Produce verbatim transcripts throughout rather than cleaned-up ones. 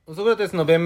ソクラテスの弁明。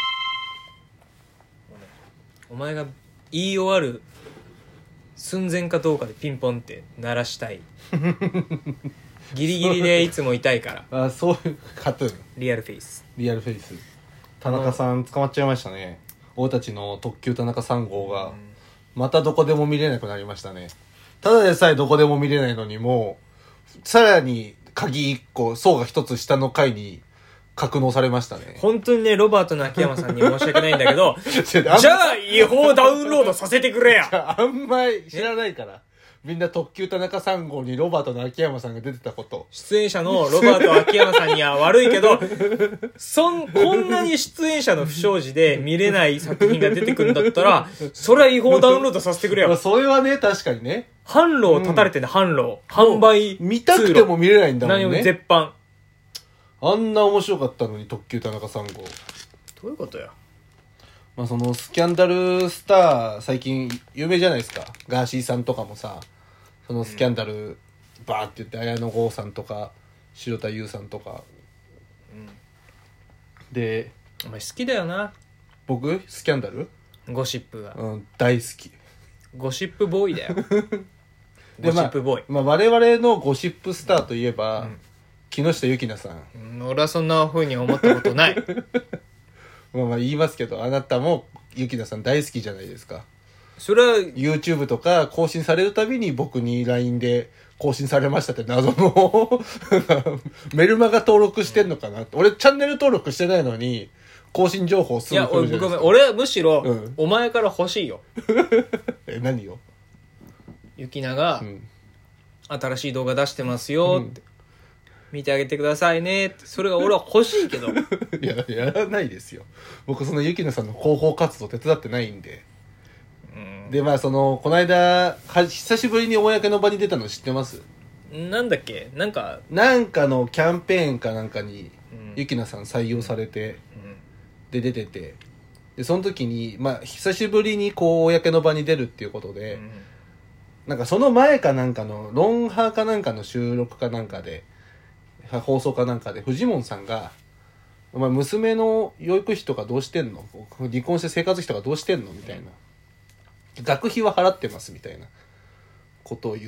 お前が言い終わる寸前かどうかでピンポンって鳴らしたいギリギリでいつも痛いからあ、そういうカトゥーンリアルフェイス。 リアルフェイス。田中さん捕まっちゃいましたね。俺たちの特急田中さん号がまたどこでも見れなくなりましたね。ただでさえどこでも見れないのに、もうさらに鍵いっこ層がひとつ下の階に格納されましたね。 本当にね、ロバートの秋山さんに申し訳ないんだけどじじゃあ違法ダウンロードさせてくれや。 あんまり知らないから、みんな特急田中さん号にロバートの秋山さんが出てたこと。 出演者のロバート秋山さんには悪いけどそんこんなに出演者の不祥事で見れない作品が出てくるんだったらそれは違法ダウンロードさせてくれよ。 まあそれはね、確かにね。 販路を断たれてね、販路販売見たくても見れないんだもんね。 何も絶版。 あんな面白かったのに特急田中さん号。 どういうことや。 まあそのスキャンダルスター最近有名じゃないですか。ガーシーさんとかもさ、そのスキャンダルバーって言って綾野剛さんとか城田優さんとか、うん、でお前好きだよな僕スキャンダルゴシップが、 うん、大好き。 ゴシップボーイだよでゴシップボーイ、 まあ、まあ、我々のゴシップスターといえば、うん、木下ゆきなさん、 うん、俺はそんな風に思ったことないまあまあ言いますけど、あなたもゆきなさん大好きじゃないですか。 それは YouTube とか更新されるたびに僕に ライン で更新されましたって謎のメルマガ登録してんのかなって。俺チャンネル登録してないのに更新情報すぐ来るじゃないですか。いや、 俺はむしろ、 うん、 お前から欲しいよえ、何よ。 ゆきなが、うん、新しい動画出してますよって、うん、見てあげてくださいねって。それが俺は欲しいけどいや、やらないですよ。僕そのゆきなさんの広報活動手伝ってないんで。で、まあそのこの間は久しぶりに公の場に出たの知ってます？ なんだっけ、なんかなんかのキャンペーンかなんかに、うん、ゆきなさん採用されて、うん、で出てて、でその時にまあ久しぶりにこう公の場に出るっていうことで、うん、なんかその前かなんかのロンハーかなんかの収録かなんかで放送かなんかでフジモンさんが、お前娘の養育費とかどうしてんの？離婚して生活費とかどうしてんの？みたいな。学費は払ってますみたいなことを言って、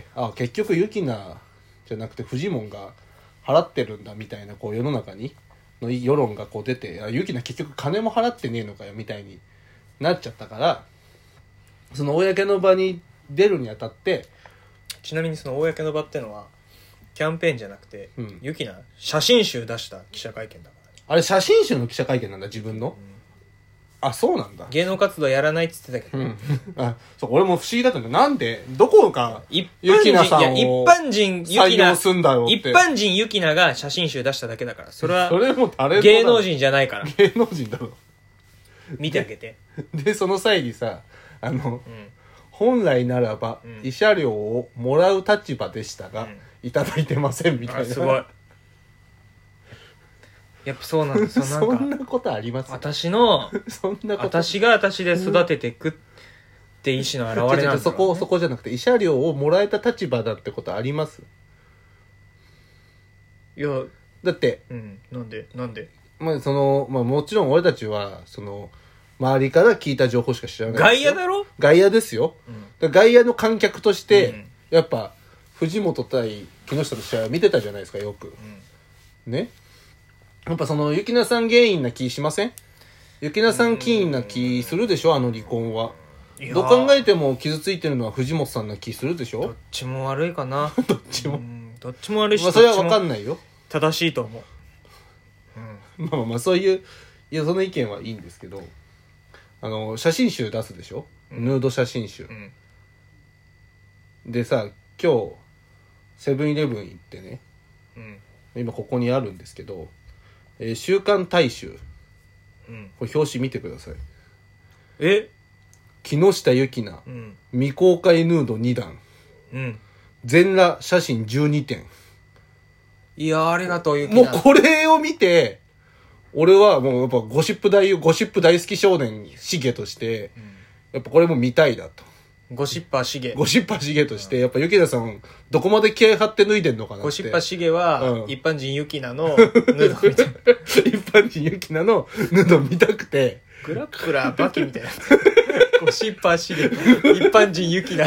あ、結局ユキナじゃなくてフジモンが払ってるんだみたいな、こう世の中にの世論がこう出て、あ、ユキナ結局金も払ってねえのかよみたいになっちゃったから、その公の場に出るにあたって、 ちなみにその公の場ってのはキャンペーンじゃなくて、うん、ユキナ写真集出した記者会見だから、ね、 あれ写真集の記者会見なんだ、自分の、うん、あ、そうなんだ。 芸能活動やらないって言ってたけど、 うん、あ、そう、俺も不思議だったんだ。なんでどこか一般人、いや一般人採用すんだよって。 一般人ユキナが写真集出しただけだから、それはそれも誰芸能人じゃないから。 芸能人だろ。 見てあげて。 でその際にさ、あの、うん、本来ならば、うん、慰謝料をもらう立場でしたが、うん、いただいてませんみたいな。 すごい。やっぱそうなんですよ。 そんなことあります？ 私のそんなこと、 私が私で育てていくって意思の表れなんだろうね。 そこそこじゃなくて、慰謝料をもらえた立場だってことあります？ いやだって、 うん、なんでなんでまあそのまあもちろん俺たちはその周りから聞いた情報しか知らない。 外野だろ？ 外野ですよ。うん、外野の観客として、うん、やっぱ藤本対木下の試合を見てたじゃないですか、よく。うん、ね。やっぱそのゆきなさん原因な気しません？ゆきなさん起因な気するでしょ、あの離婚は。どう考えても傷ついてるのは藤本さんな気するでしょ。 どっちも悪いかな。 どっちもどっちも悪いし、 まあ、それは分かんないよ。 正しいと思う、 うん、まあまあそういう、いやその意見はいいんですけど、あの写真集出すでしょ、うん、ヌード写真集、うん、でさ、今日セブンイレブン行ってね、うん、今ここにあるんですけど、えー、週刊大衆、うん、これ表紙見てください。 え、 木下ゆきな、うん、未公開ヌードにだん、うん、全裸写真じゅうにてん。 いやありがとうゆきな。もうこれを見て俺はもうやっぱゴシップ大ゴシップ大好き少年シゲとして、うん、やっぱこれも見たいだと。 ゴシッパーシゲ。 ゴシッパーシゲとして、やっぱユキナさんどこまで気合張って脱いでんのかなって。 ゴシッパーシゲは、 うん一般人ユキナのヌードみたいな。 一般人ユキナのヌード見たくて、 グラップラーバキみたいな。ゴシッパーシゲ、一般人ユキナ。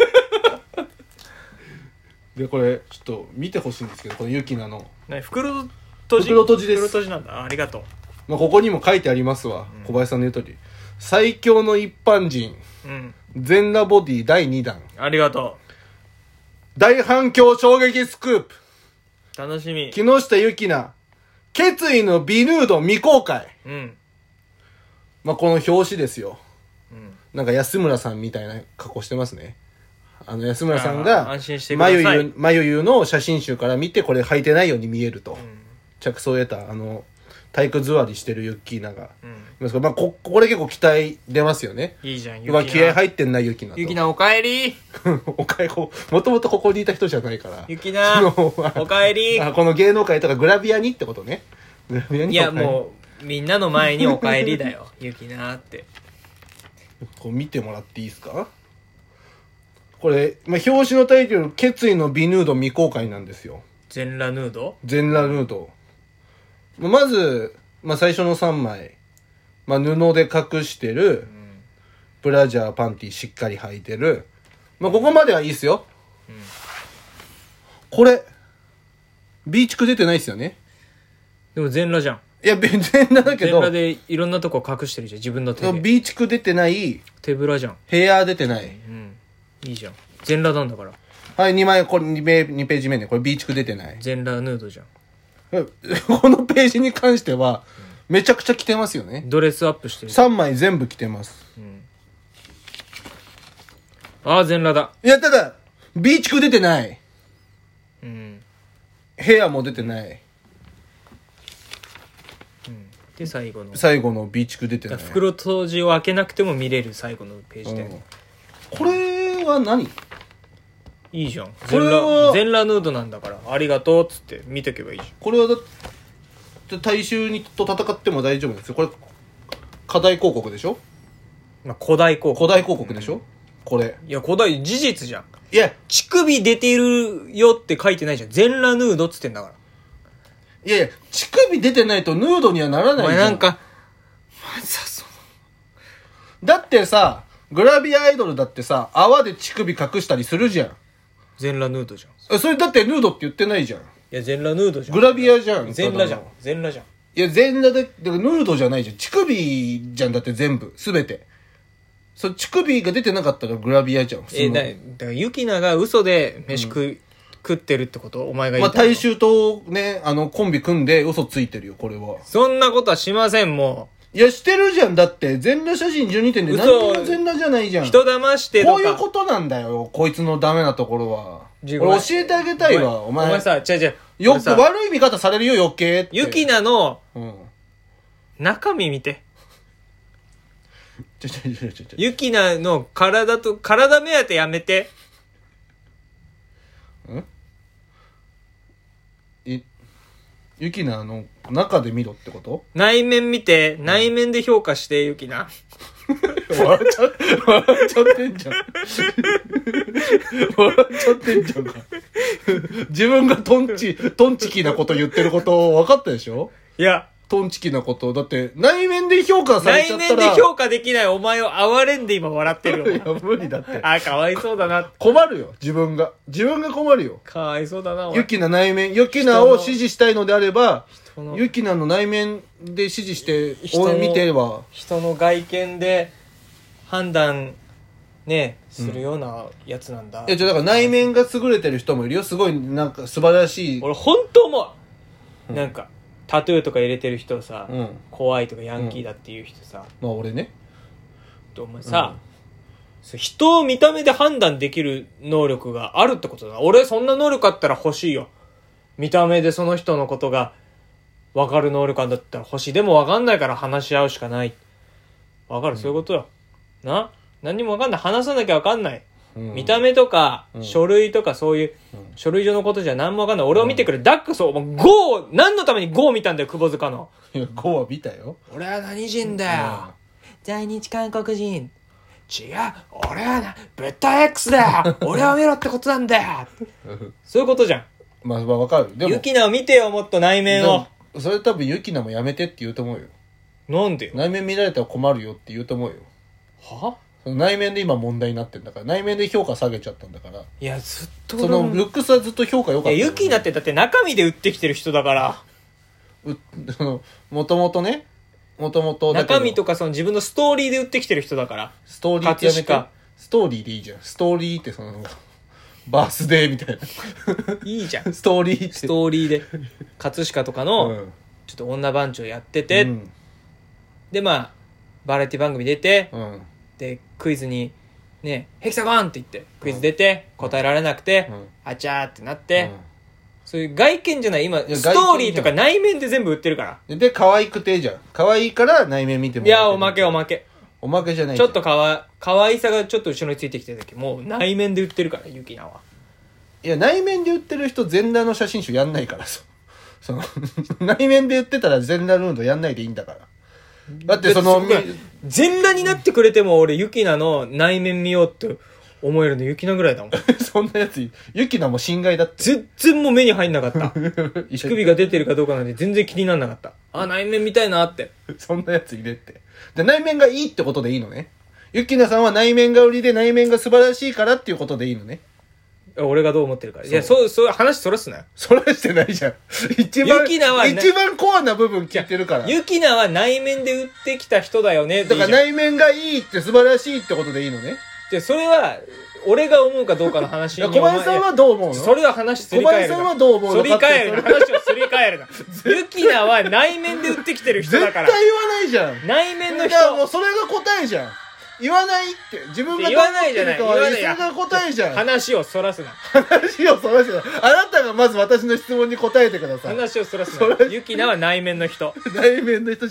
でこれちょっと見てほしいんですけど、このユキナの何袋閉じ袋閉じです。 袋閉じなんだ。ありがとう。 まあ、ここにも書いてありますわ、 うん小林さんの言う通り、最強の一般人うん。 全裸ボディだいにだん、 ありがと大反響衝撃スクープ、 う。楽しみ。 木下ゆきな決意の美ヌード未公開。 うん。 まあ、この表紙ですよ。 うん。 なんか安村さんみたいな格好してますね。あの安村さんあーが安心してくださいまゆゆまゆゆの写真集から見てこれ履いてないように見えると、 うん。 着想を得たあの体育座りしてるユッキーナがうん。 いますけど、まあ、ここれ結構期待出ますよね。 いいじゃん、 うわ気合い。 入ってんなユキナと。 ゆきなおかえり。 おかえこもともとここにいた人じゃないからゆきなおかえり。 あこの芸能界とかグラビアにってことね。グラビアにいや、 おかえりもう、みんなの前におかえりだよ。ゆきなって。 こう見てもらっていいですか。これ、まあ、表紙のタイトル決意の美ヌード未公開なんですよ。 全裸ヌード。 全裸ヌード。まあまず、まあ、最初のさんまい、まあ、布で隠してる、ブラジャーパンティしっかり履いてる、まあ、ここまではいいですよ。 うん。 これ B 地区出てないですよね。 でも全裸じゃん。 いや全裸だけど全裸でいろんなとこ隠してるじゃん。自分の手で。 B 地区出てない、 手ぶらじゃん。 ヘア出てない。 うん。いいじゃん。全裸なんだから。 はいにまい、これ 2, ペにページ目ね、これ B 地区出てない。 全裸ヌードじゃん。 このページに関してはめちゃくちゃ着てますよね。 ドレスアップしてる。 さんまい全部着てます。 うん。ああ、全裸だ。 いやただ B 地区出てない、 うん。 ヘアも出てない、 で、最後の。 最後の B 地区出てない。 袋閉じを開けなくても見れる最後のページで。 うんこれは何。 いいじゃん。 こ全れは裸、全裸ヌードなんだから、ありがとうっつって見とけばいいじゃん。 これはだって大衆にと戦っても大丈夫ですよ。これ課題広告でしょ。 まあ、古代広告。 古代広告でしょ、これ。 いや、古代、事実じゃん。 いや乳首出てるよって書いてないじゃん。全裸ヌードっつってんだから。 いやいや乳首出てないとヌードにはならおないじゃん。 前なんか、まさそだってさグラビアアイドルだってさ泡で乳首隠したりするじゃん。 全裸ヌードじゃん。 えそれだってヌードって言ってないじゃん。 いや、全裸ヌードじゃん。 グラビアじゃん。 全裸じゃんただの。 全裸じゃん。 いや全裸でだからヌードじゃないじゃん。乳首じゃん。だって全部すべてそ乳首が出てなかったらグラビアじゃん。 え、だ、 そのだから、ユキナが嘘で飯食い、食ってるってことお前が言まあいたいの。 大衆とねあのコンビ組んで嘘ついてるよこれは。 そんなことはしません、もいやしてるじゃん。だって全裸写真じゅうにてんで何嘘にも全裸じゃないじゃう。 ん。 人騙してとか。 こういうことなんだよこいつのダメなところは。 自俺分教えてあげたいわお前。 お前さ、違う違う。 よく俺さ悪い見方されるよ余計って。 ユキナのうん中身見て。 ちょちょちょちょちょユキナの体と、体目当てやめて。 えユキナの中で見ろってこと内面見て、内面で評価して、ユキナ。 笑っちゃ笑っちゃってんじゃん笑っちゃってんじゃんか自分がトンチトンチキなこと言ってること分かったでしょ。 いや、 トンチキなことだって内面で評価されちゃ内ったら面で評価できないお前を哀れんで今笑ってるいよ。 や無理だってあ、かわいそうだな。 困るよ自分が自分が困るよ。 かわいそうだな、お前ユキナ内面ユキナを支持したいのであれば人のユキナの内面で支持して人の見てれば人の外見で判断ねするようなやつなんだ、 いやじゃだから内面が優れてる人もいるよ。すごいなんか素晴らしい。 俺本当思う、なんかタトゥーとか入れてる人さ、 うん怖いとかヤンキーだっていう人さ、 まあ俺ね。 お前さ、そう人を見た目で判断できる能力があるってことだ。俺そんな能力あったら欲しいよ。見た目でその人のことが分かる能力あんだったら欲しい。でも分かんないから話し合うしかない。分かる、そういうことよ。な何にも分かんない。話さなきゃ分かんない。 うん見た目とか、 うん書類とかそういう、 うん書類上のことじゃ何も分かんない。俺を見てくれ。ダックスを、もうゴー何のためにゴー見たんだよ、窪塚の。 いやゴーは見たよ。 俺は何人だよ。在日韓国人。 違う俺はなブタ X だよ俺を見ろってことなんだよそういうことじゃん。 まあまあわかる。でもユキナを見てよ、もっと内面を。 それ多分ユキナもやめてって言うと思うよ。 なんでよ。 内面見られたら困るよって言うと思うよ。 はその内面で今問題になってんだから、内面で評価下げちゃったんだから。 いやずっとそのルックスはずっと評価良かったよ。 いやユキナってだって中身で売ってきてる人だから。 うそのもともとね、もともと中身とかその自分のストーリーで売ってきてる人だから。 ストーリーってやめて。 葛飾ストーリーでいいじゃん。ストーリーってそのバースデーみたいな。 いいじゃん。 ストーリーって。 ストーリーで葛飾とかの、うん、ちょっと女番長やってて、うん、でまあバラエティ番組出て、うん、でクイズにねヘキサゴンって言ってクイズ出て、うん、答えられなくて、うん、あちゃーってなって、うん、そういう外見じゃない今ストーリーとか内面で全部売ってるから。 で可愛くてじゃん。可愛いから内面見てもらって。 いやおまけおまけ。 おまけじゃない。 ちょっとかわ可愛さがちょっと後ろについてきてる時もう内面で売ってるからユキナは。 いや内面で売ってる人全裸の写真集やんないからそその内面で売ってたら全裸ルードやんないでいいんだから。だってその全裸になってくれても俺ユキナの内面見ようって思えるのユキナぐらいだもん。 そんなやつユキナも心外だって。 全然もう目に入んなかった乳首が出てるかどうかなんて全然気になんなかった。あ内面見たいなって。 そんなやつ入れってで内面がいいってことでいいのね。ユキナさんは内面が売りで内面が素晴らしいからっていうことでいいのね。 俺がどう思ってるから。いやそうそう話そらすなよ。 そらしてないじゃん。一番ユキナは一番コアな部分聞いてるから。 ユキナは内面で売ってきた人だよね。 だから内面がいいって素晴らしいってことでいいのね。 でそれは俺が思うかどうかの話に。 小林さんはどう思うの？ それは話すり替えるな。 小林さんはどう思うの？ すり替えるな。話をすり替えるな。ユキナは内面で売ってきてる人だから。 絶対言わないじゃん。 内面の人。 いやもうそれが答えじゃん。言わないって自分が言わないじゃない。言わない。 それが答えじゃん。 話をそらすな。 話をそらすな。あなたがまず私の質問に答えてください。 話をそらすな。ユキナは内面の人。 内面の人じゃん。